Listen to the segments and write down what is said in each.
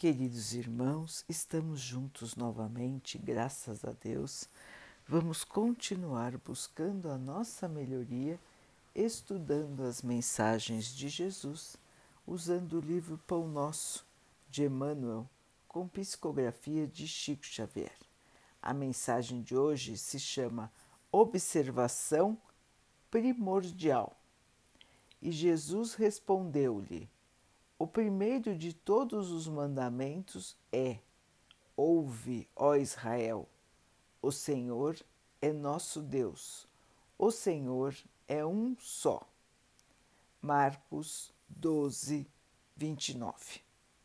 Queridos irmãos, estamos juntos novamente, graças a Deus. Vamos continuar buscando a nossa melhoria, estudando as mensagens de Jesus, usando o livro Pão Nosso, de Emmanuel, com psicografia de Chico Xavier. A mensagem de hoje se chama Observação Primordial. E Jesus respondeu-lhe: o primeiro de todos os mandamentos é: ouve, ó Israel, o Senhor é nosso Deus, o Senhor é um só. Marcos 12, 29.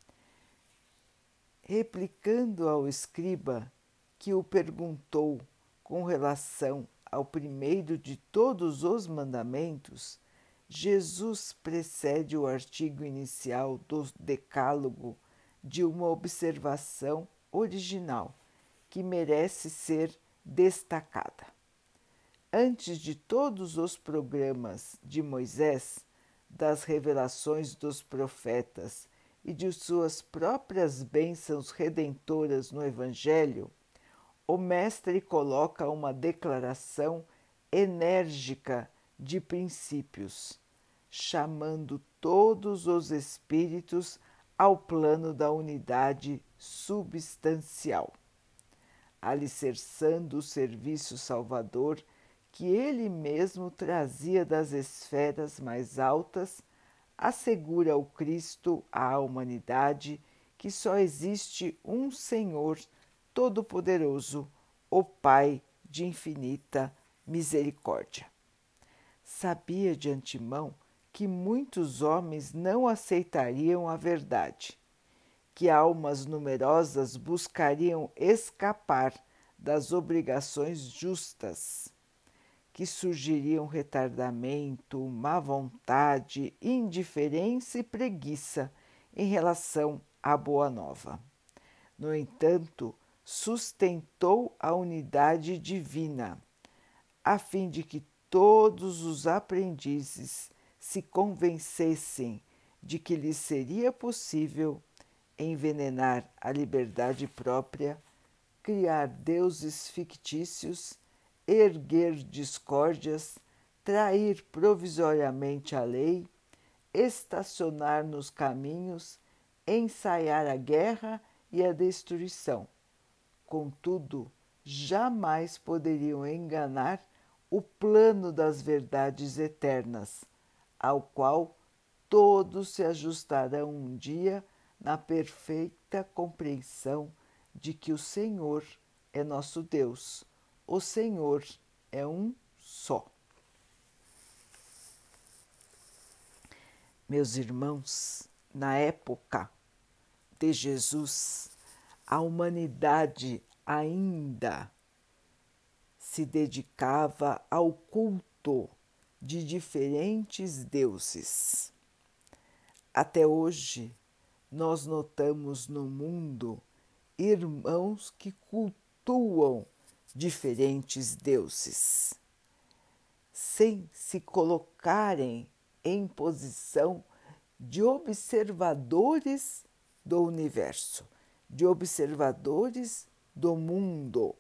Replicando ao escriba que o perguntou com relação ao primeiro de todos os mandamentos, Jesus precede o artigo inicial do Decálogo de uma observação original que merece ser destacada. Antes de todos os programas de Moisés, das revelações dos profetas e de suas próprias bênçãos redentoras no Evangelho, o Mestre coloca uma declaração enérgica de princípios, chamando todos os espíritos ao plano da unidade substancial, alicerçando o serviço salvador que ele mesmo trazia das esferas mais altas, assegura ao Cristo à humanidade que só existe um Senhor Todo-Poderoso, o Pai de infinita misericórdia. Sabia de antemão que muitos homens não aceitariam a verdade, que almas numerosas buscariam escapar das obrigações justas, que surgiriam retardamento, má vontade, indiferença e preguiça em relação à Boa Nova. No entanto, sustentou a unidade divina, a fim de que todos os aprendizes se convencessem de que lhes seria possível envenenar a liberdade própria, criar deuses fictícios, erguer discórdias, trair provisoriamente a lei, estacionar nos caminhos, ensaiar a guerra e a destruição. Contudo, jamais poderiam enganar o plano das verdades eternas, ao qual todos se ajustarão um dia na perfeita compreensão de que o Senhor é nosso Deus, o Senhor é um só. Meus irmãos, na época de Jesus, a humanidade ainda se dedicava ao culto de diferentes deuses. Até hoje, nós notamos no mundo irmãos que cultuam diferentes deuses, sem se colocarem em posição de observadores do universo, de observadores do mundo.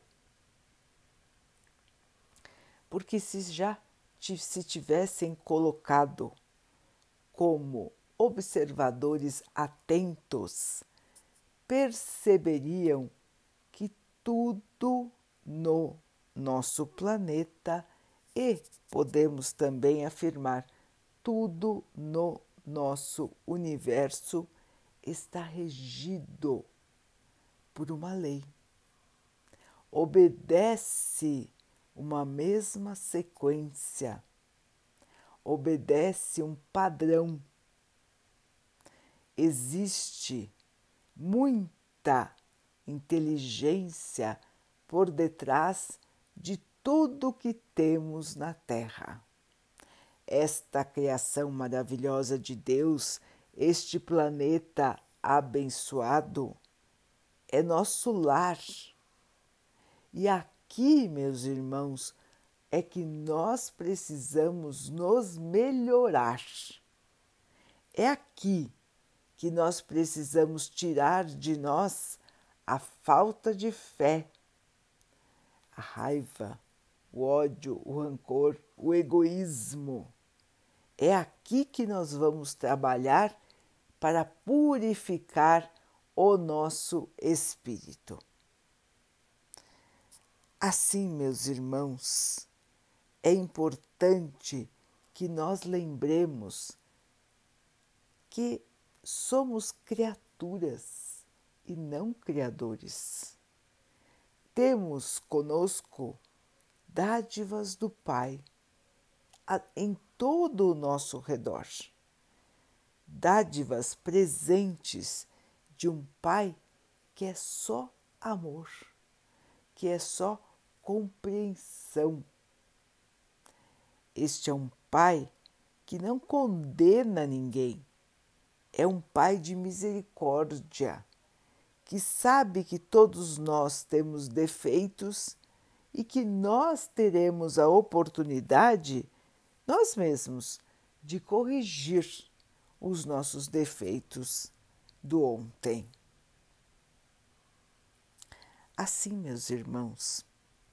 Porque se tivessem colocado como observadores atentos, perceberiam que tudo no nosso planeta e, podemos também afirmar, tudo no nosso universo está regido por uma lei. Obedece uma mesma sequência, obedece um padrão. Existe muita inteligência por detrás de tudo que temos na Terra. Esta criação maravilhosa de Deus, este planeta abençoado, é nosso lar. E aqui, meus irmãos, é que nós precisamos nos melhorar. É aqui que nós precisamos tirar de nós a falta de fé, a raiva, o ódio, o rancor, o egoísmo. É aqui que nós vamos trabalhar para purificar o nosso espírito. Assim, meus irmãos, é importante que nós lembremos que somos criaturas e não criadores. Temos conosco dádivas do Pai em todo o nosso redor. Dádivas presentes de um Pai que é só amor, que é só compreensão. Este é um Pai que não condena ninguém, é um Pai de misericórdia, que sabe que todos nós temos defeitos e que nós teremos a oportunidade, nós mesmos, de corrigir os nossos defeitos do ontem. Assim, meus irmãos,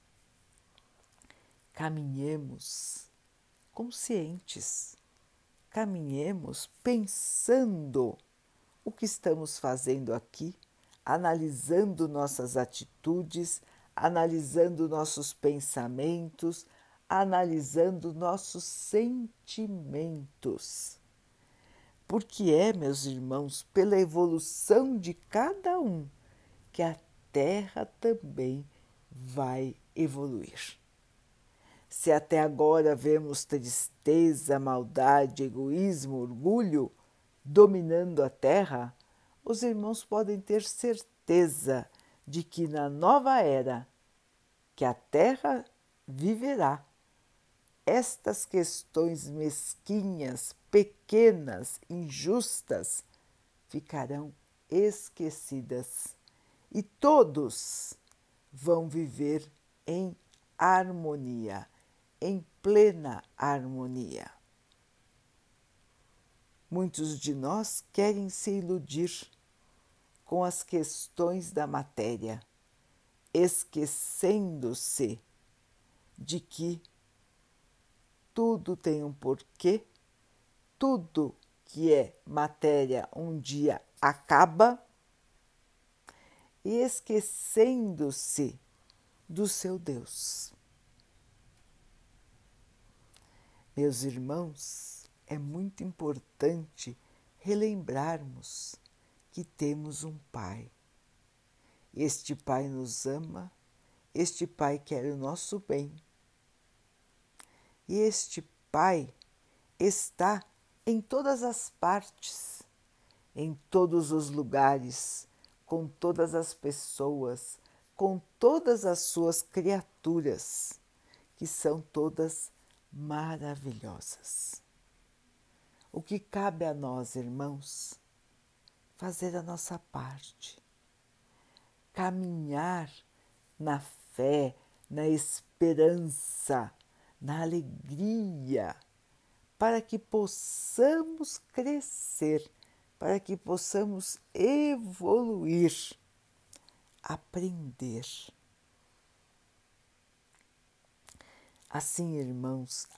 caminhemos conscientes, caminhemos pensando o que estamos fazendo aqui, analisando nossas atitudes, analisando nossos pensamentos, analisando nossos sentimentos. Porque é, meus irmãos, pela evolução de cada um que a Terra também vai evoluir. Se até agora vemos tristeza, maldade, egoísmo, orgulho dominando a Terra, os irmãos podem ter certeza de que na nova era que a Terra viverá, estas questões mesquinhas, pequenas, injustas, ficarão esquecidas e todos vão viver em harmonia, em plena harmonia. Muitos de nós querem se iludir com as questões da matéria, esquecendo-se de que tudo tem um porquê, tudo que é matéria um dia acaba, e esquecendo-se do seu Deus. Meus irmãos, é muito importante relembrarmos que temos um Pai. Este Pai nos ama, este Pai quer o nosso bem. E este Pai está em todas as partes, em todos os lugares, com todas as pessoas, com todas as suas criaturas, que são todas maravilhosas. O que cabe a nós, irmãos? Fazer a nossa parte, caminhar na fé, na esperança, na alegria, para que possamos crescer, para que possamos evoluir, aprender. Assim, irmãos,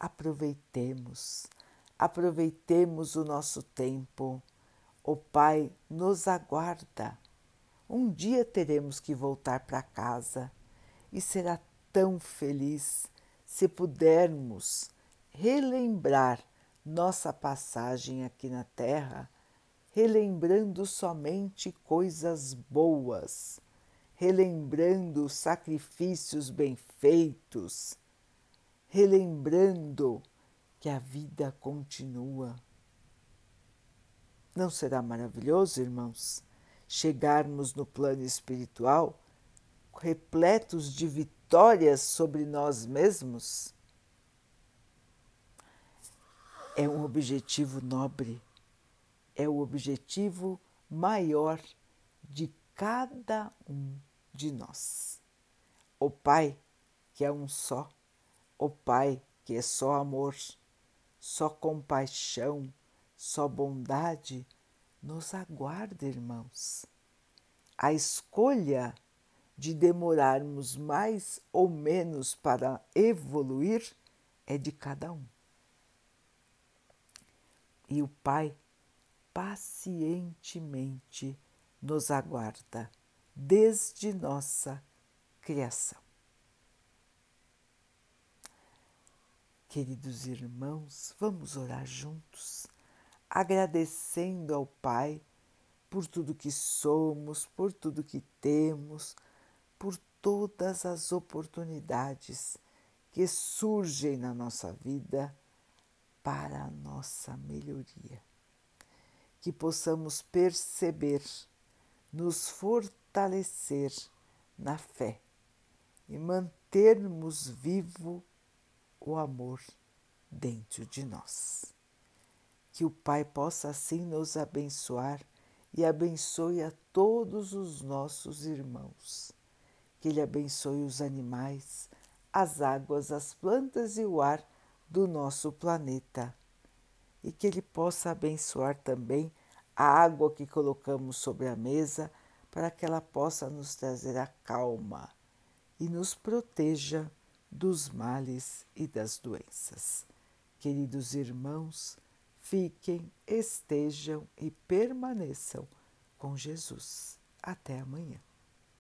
aproveitemos o nosso tempo. O Pai nos aguarda. Um dia teremos que voltar para casa e será tão feliz se pudermos relembrar nossa passagem aqui na Terra, relembrando somente coisas boas, relembrando sacrifícios bem feitos, relembrando que a vida continua. Não será maravilhoso, irmãos, chegarmos no plano espiritual repletos de vitórias sobre nós mesmos? É um objetivo nobre, é o objetivo maior de cada um de nós. O Pai, que é um só, o Pai, que é só amor, só compaixão, só bondade, nos aguarda, irmãos. A escolha de demorarmos mais ou menos para evoluir é de cada um. E o Pai pacientemente nos aguarda desde nossa criação. Queridos irmãos, vamos orar juntos, agradecendo ao Pai por tudo que somos, por tudo que temos, por todas as oportunidades que surgem na nossa vida para a nossa melhoria. Que possamos perceber, nos fortalecer na fé e mantermos vivo o amor dentro de nós. Que o Pai possa assim nos abençoar e abençoe a todos os nossos irmãos. Que Ele abençoe os animais, as águas, as plantas e o ar do nosso planeta. E que Ele possa abençoar também a água que colocamos sobre a mesa para que ela possa nos trazer a calma e nos proteja dos males e das doenças. Queridos irmãos, fiquem, estejam e permaneçam com Jesus. Até amanhã.